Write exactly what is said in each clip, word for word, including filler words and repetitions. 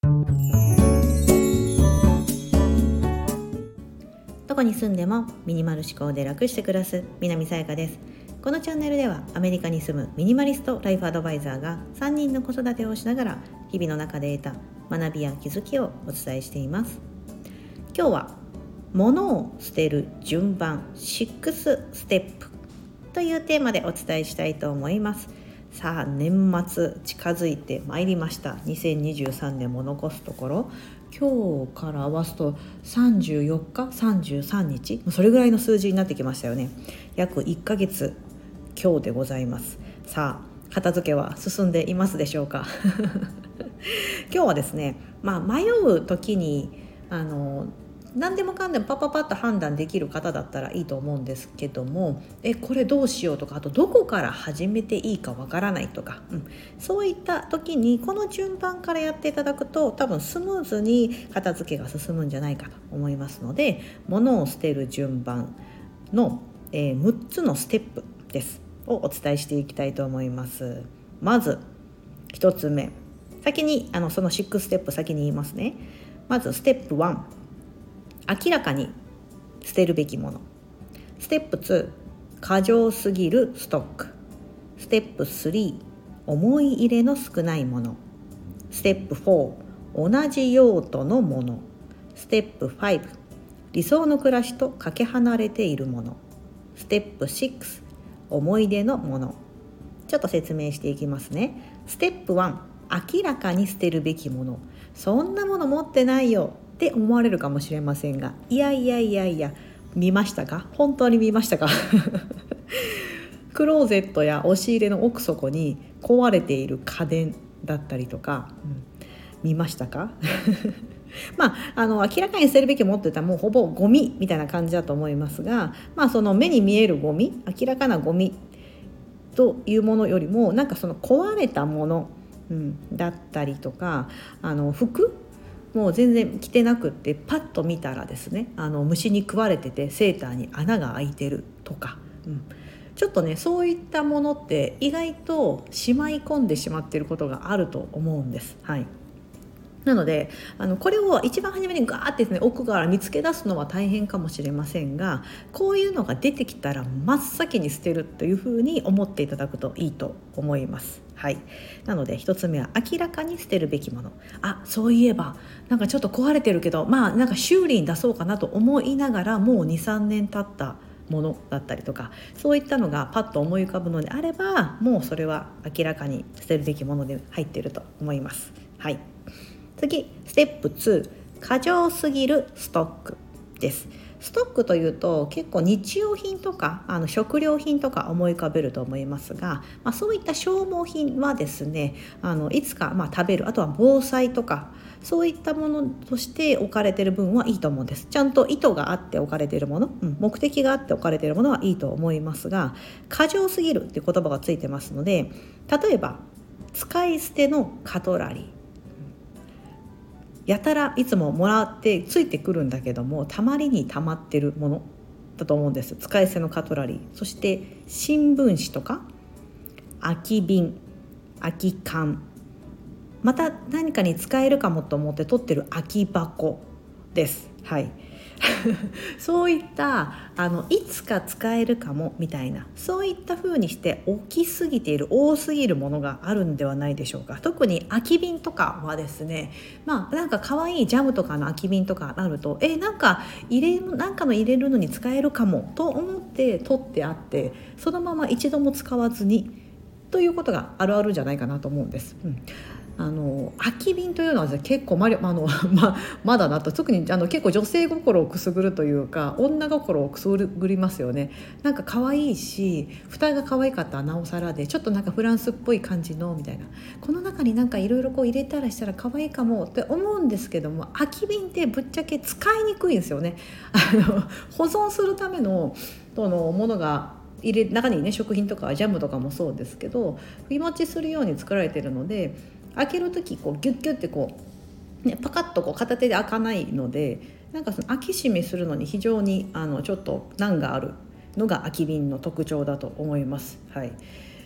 どこに住んでもミニマル思考で楽して暮らす南さやかです。このチャンネルではアメリカに住むミニマリストライフアドバイザーがさんにんの子育てをしながら日々の中で得た学びや気づきをお伝えしています。今日は物を捨てる順番ろくステップというテーマでお伝えしたいと思います。さあ年末近づいてまいりました。にせんにじゅうさんねんも残すところ、今日から合わすとさんじゅうよっかさんじゅうさんにち、それぐらいの数字になってきましたよね。約いっかげつ今日でございます。さあ片付けは進んでいますでしょうか今日はですね、まあ、迷う時にあの何でもかんでもパッパッパッと判断できる方だったらいいと思うんですけども、えこれどうしようとか、あとどこから始めていいかわからないとか、うん、そういった時にこの順番からやっていただくと多分スムーズに片付けが進むんじゃないかと思いますので、物を捨てる順番の、えー、むっつのステップですをお伝えしていきたいと思います。まずひとつめ、先にあのそのろくステップ先に言いますね。まずステップいち、明らかに捨てるべきもの。ステップに、過剰すぎるストック。ステップさん、思い入れの少ないもの。ステップよん、同じ用途のもの。ステップご、理想の暮らしとかけ離れているもの。ステップろく、思い出のもの。ちょっと説明していきますね。ステップいち、明らかに捨てるべきもの。そんなもの持ってないよって思われるかもしれませんが、いやいやいやいや、見ましたか？本当に見ましたか？クローゼットや押し入れの奥底に壊れている家電だったりとか、うん、見ましたか？まあ、あの明らかに捨てるべきものって言ったらもうほぼゴミみたいな感じだと思いますが、まあ、その目に見えるゴミ、明らかなゴミというものよりも、なんかその壊れたもの、うん、だったりとか、あの服もう全然着てなくってパッと見たらですね、あの虫に食われててセーターに穴が開いてるとか、うん、ちょっとねそういったものって意外としまい込んでしまっていることがあると思うんです。はい。なのであのこれを一番初めにガーってですね、奥から見つけ出すのは大変かもしれませんが、こういうのが出てきたら真っ先に捨てるというふうに思っていただくといいと思います。はい。なので一つ目は明らかに捨てるべきもの。あ、そういえばなんかちょっと壊れてるけど、まあなんか修理に出そうかなと思いながらもう にさんねん経ったものだったりとか、そういったのがパッと思い浮かぶのであれば、もうそれは明らかに捨てるべきもので入っていると思います。はい。次、ステップに、過剰すぎるストックです。ストックというと結構日用品とかあの食料品とか思い浮かべると思いますが、まあ、そういった消耗品はですね、あのいつかまあ食べる、あとは防災とかそういったものとして置かれている分はいいと思うんです。ちゃんと意図があって置かれているもの、うん、目的があって置かれているものはいいと思いますが、過剰すぎるっていう言葉がついてますので、例えば使い捨てのカトラリー、やたらいつももらってついてくるんだけども、たまりにたまってるものだと思うんです。使い捨てのカトラリー、そして新聞紙とか空き瓶、空き缶、また何かに使えるかもと思って取ってる空き箱です。はい。そういったあのいつか使えるかもみたいな、そういった風にして大きすぎている、多すぎるものがあるんではないでしょうか。特に空き瓶とかはですね、まあなんか可愛いジャムとかの空き瓶とかあると、えなんか入れなんかの入れるのに使えるかもと思って取ってあって、そのまま一度も使わずにということがあるあるじゃないかなと思うんです。うん。あの空き瓶というのは結構まあの、ま, まだなと、特にあの結構女性心をくすぐるというか、女心をくすぐりますよね。なんか可愛いし、蓋が可愛かったらなおさらで、ちょっとなんかフランスっぽい感じのみたいな、この中になんかいろいろこう入れたらしたら可愛いかもって思うんですけども、空き瓶ってぶっちゃけ使いにくいんですよね。あの保存するためのそのものが入れ中にね、食品とかジャムとかもそうですけど、日持ちするように作られているので、開けるときこうギュッギュッてこう、ね、パカッとこう片手で開かないので、なんかその開き閉めするのに非常にあのちょっと難があるのが空き瓶の特徴だと思います。はい。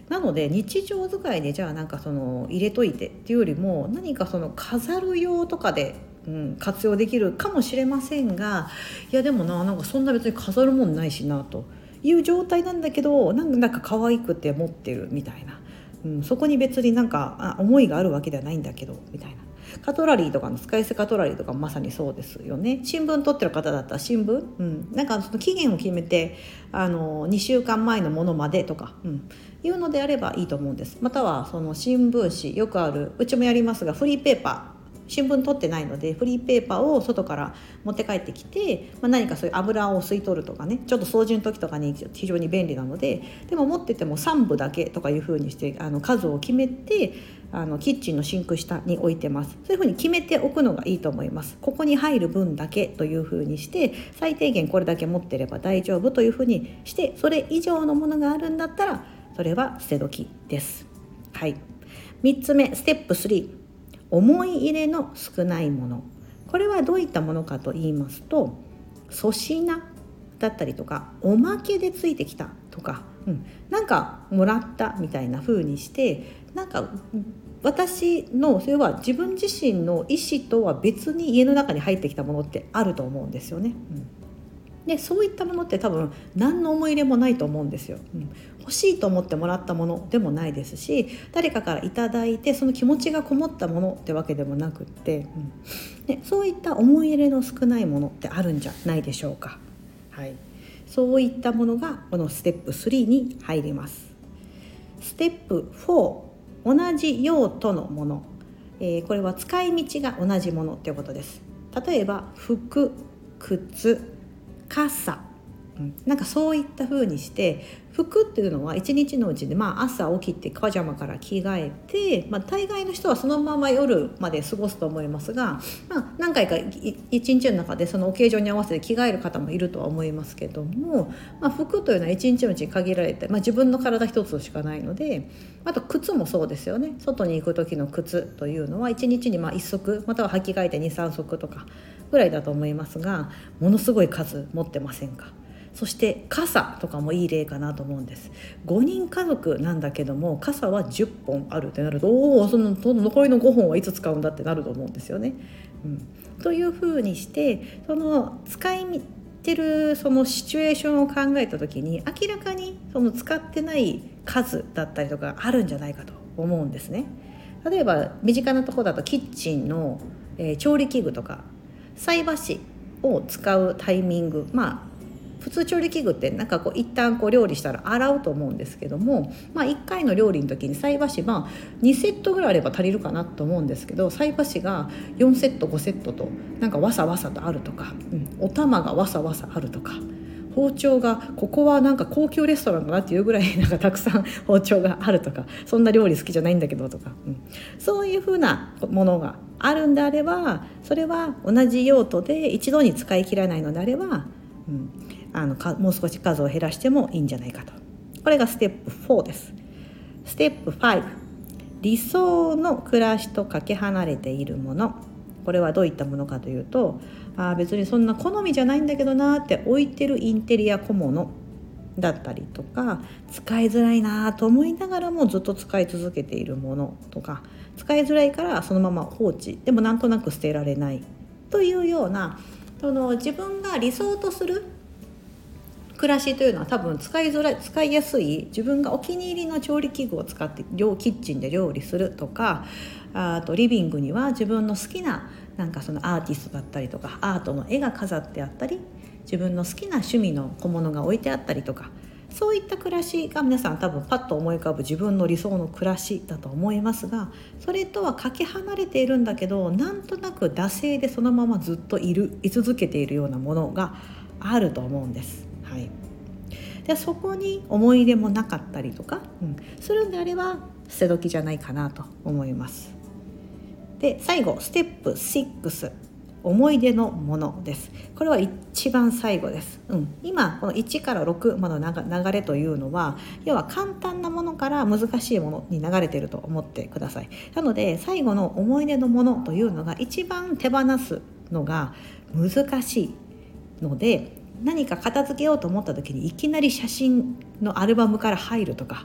なので日常使いでじゃあなんかその入れといてっていうよりも、何かその飾る用とかで、うん、活用できるかもしれませんが、いやでもな、なんかそんな別に飾るもんないしなという状態なんだけど、なんか可愛くて持ってるみたいな、うん、そこに別になんかあ思いがあるわけではないんだけどみたいな。カトラリーとかの使い捨てカトラリーとかもまさにそうですよね。新聞取ってる方だったら新聞、うん、なんかその期限を決めてあのにしゅうかんまえのものまでとか、うん、いうのであればいいと思うんです。またはその新聞紙、よくある、うちもやりますが、フリーペーパー、新聞取ってないのでフリーペーパーを外から持って帰ってきて、まあ、何かそういう油を吸い取るとかね、ちょっと掃除の時とかに非常に便利なので、でも持っててもさんぶだけとかいう風にしてあの数を決めて、あのキッチンのシンク下に置いてます。そういう風に決めておくのがいいと思います。ここに入る分だけという風にして、最低限これだけ持ってれば大丈夫という風にして、それ以上のものがあるんだったらそれは捨て時です。はい。みっつめ、ステップスリー、思い入れの少ないもの。これはどういったものかと言いますと、粗品だったりとか、おまけでついてきたとか、うん、なんかもらったみたいな風にして、なんか私のそれは自分自身の意思とは別に家の中に入ってきたものってあると思うんですよね。うんでそういったものって多分何の思い入れもないと思うんですよ、うん、欲しいと思ってもらったものでもないですし、誰かからいただいてその気持ちがこもったものってわけでもなくって、うん、でそういった思い入れの少ないものってあるんじゃないでしょうか。はい、そういったものがこのステップスリーに入ります。ステップフォー、同じ用途のもの、えー、これは使い道が同じものということです。例えば服、靴、傘、うん、なんかそういった風にして、服っていうのは一日のうちで、まあ、朝起きてパジャマから着替えて、まあ、大概の人はそのまま夜まで過ごすと思いますが、まあ、何回か一日の中でそのオケージョンに合わせて着替える方もいるとは思いますけども、まあ、服というのは一日のうちに限られて、まあ、自分の体一つしかないので、あと靴もそうですよね。外に行く時の靴というのは一日にまあいっそくまたは履き替えてにさんそくとかぐらいだと思いますが、ものすごい数持ってませんか。そして傘とかもいい例かなと思うんです。ごにん家族なんだけども傘はじゅっぽんあるってなると、おお、その残りのごほんはいつ使うんだってなると思うんですよね、うん、というふうにしてその使いてるそのシチュエーションを考えた時に、明らかにその使ってない数だったりとかあるんじゃないかと思うんですね。例えば身近なところだとキッチンの、えー、調理器具とか菜箸を使うタイミング、まあ普通調理器具ってなんかこう一旦こう料理したら洗うと思うんですけども、まあ、いっかいの料理の時に菜箸はにセットぐらいあれば足りるかなと思うんですけど、菜箸がよんセットごセットとなんかわさわさとあるとか、うん、お玉がわさわさあるとか、包丁がここはなんか高級レストランだなっていうぐらいなんかたくさん包丁があるとか、そんな料理好きじゃないんだけどとか、うん、そういう風なものがあるんであれば、それは同じ用途で一度に使い切らないのであれば、うん、あのかもう少し数を減らしてもいいんじゃないかと。これがステップフォーです。ステップファイブ、理想の暮らしとかけ離れているもの。これはどういったものかというと、あ別にそんな好みじゃないんだけどなって置いてるインテリア小物だったりとか、使いづらいなと思いながらもずっと使い続けているものとか、使いづらいからそのまま放置でもなんとなく捨てられないというような、その自分が理想とする暮らしというのは多分使いづらい、使いやすい自分がお気に入りの調理器具を使ってキッチンで料理するとか、あとリビングには自分の好きななんかそのアーティストだったりとかアートの絵が飾ってあったり、自分の好きな趣味の小物が置いてあったりとか、そういった暮らしが皆さん多分パッと思い浮かぶ自分の理想の暮らしだと思いますが、それとはかけ離れているんだけど、なんとなく惰性でそのままずっといる居続けているようなものがあると思うんです。はい、でそこに思い入れもなかったりとか、うん、するんであれば捨て時じゃないかなと思います。で最後ステップろく、思い出のものです。これは一番最後です、うん、今このいちからろくまでの流れというのは、要は簡単なものから難しいものに流れていると思ってください。なので最後の思い出のものというのが一番手放すのが難しいので、何か片付けようと思った時にいきなり写真のアルバムから入るとか、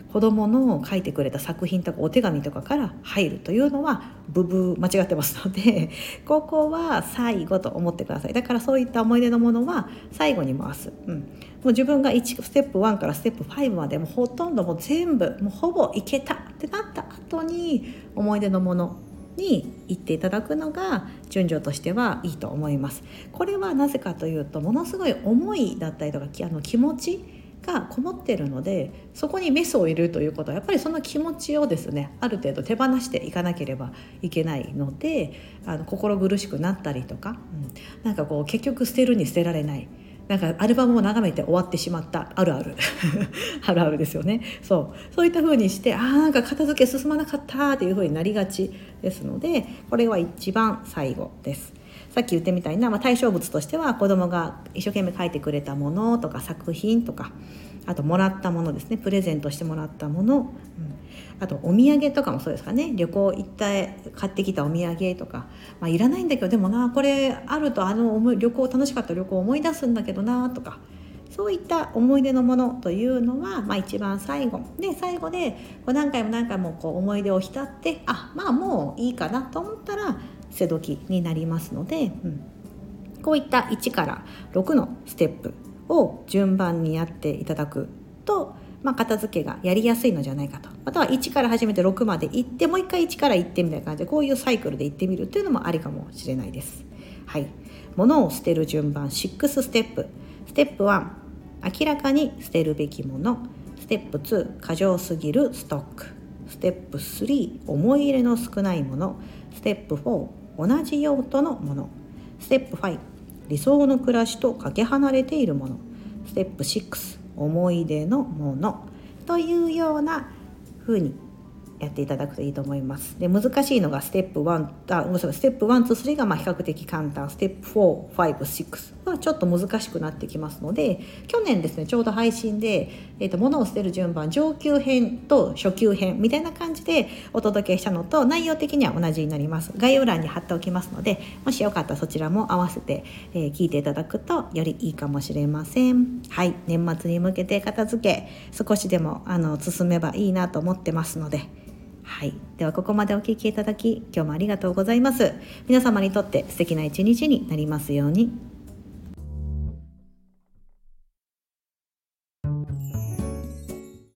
子どもの書いてくれた作品とかお手紙とかから入るというのはブブー間違ってますので、ここは最後と思ってください。だからそういった思い出のものは最後に回す、うん、もう自分がいちステップワンからステップファイブまでもほとんどもう全部もうほぼいけたってなった後に思い出のものに行っていただくのが順序としてはいいと思います。これはなぜかというと、ものすごい思いだったりとかあの気持ちがこもっているので、そこにメスを入れるということはやっぱりその気持ちをですね、ある程度手放していかなければいけないので、あの心苦しくなったりとか、うん、なんかこう結局捨てるに捨てられない、なんかアルバムを眺めて終わってしまったあるあるあるあるですよね。そうそういった風にして、あーなんか片付け進まなかったっていう風になりがちですので、これは一番最後です。さっき言ってみたいな、まあ、対象物としては子どもが一生懸命書いてくれたものとか作品とか、あともらったものですね、プレゼントしてもらったもの、うん、あとお土産とかもそうですかね。旅行行った買ってきたお土産とか、まあ、いらないんだけどでもなこれあるとあの思い旅行楽しかった旅行を思い出すんだけどなとか、そういった思い出のものというのは、まあ、一番最後で最後でこう何回も何回もこう思い出を浸って、あまあもういいかなと思ったら捨て時になりますので、うん、こういったいちからろくのステップを順番にやっていただくと、まあ、片付けがやりやすいのじゃないかと。またはいちから始めてろくまで行って、もう一回いちから行ってみたいな感じで、こういうサイクルで行ってみるというのもありかもしれないです。はい、物を捨てる順番ろくステップ。ステップいち、明らかに捨てるべきもの。ステップに、過剰すぎるストック。ステップさん、思い入れの少ないもの。ステップよん、同じ用途のもの。ステップご、理想の暮らしとかけ離れているもの。ステップろく、思い出のものというような風にやっていただくといいと思います。で、難しいのがステップいち、あ、ステップいち、に、さんがまあ比較的簡単、ステップよん、ご、ろくはちょっと難しくなってきますので、去年ですねちょうど配信で、えーと、物を捨てる順番上級編と初級編みたいな感じでお届けしたのと内容的には同じになります。概要欄に貼っておきますので、もしよかったらそちらも合わせて、えー、聞いていただくとよりいいかもしれません。はい、年末に向けて片付け少しでもあの進めばいいなと思ってますので、はい、ではここまでお聞きいただき今日もありがとうございます。皆様にとって素敵な一日になりますように。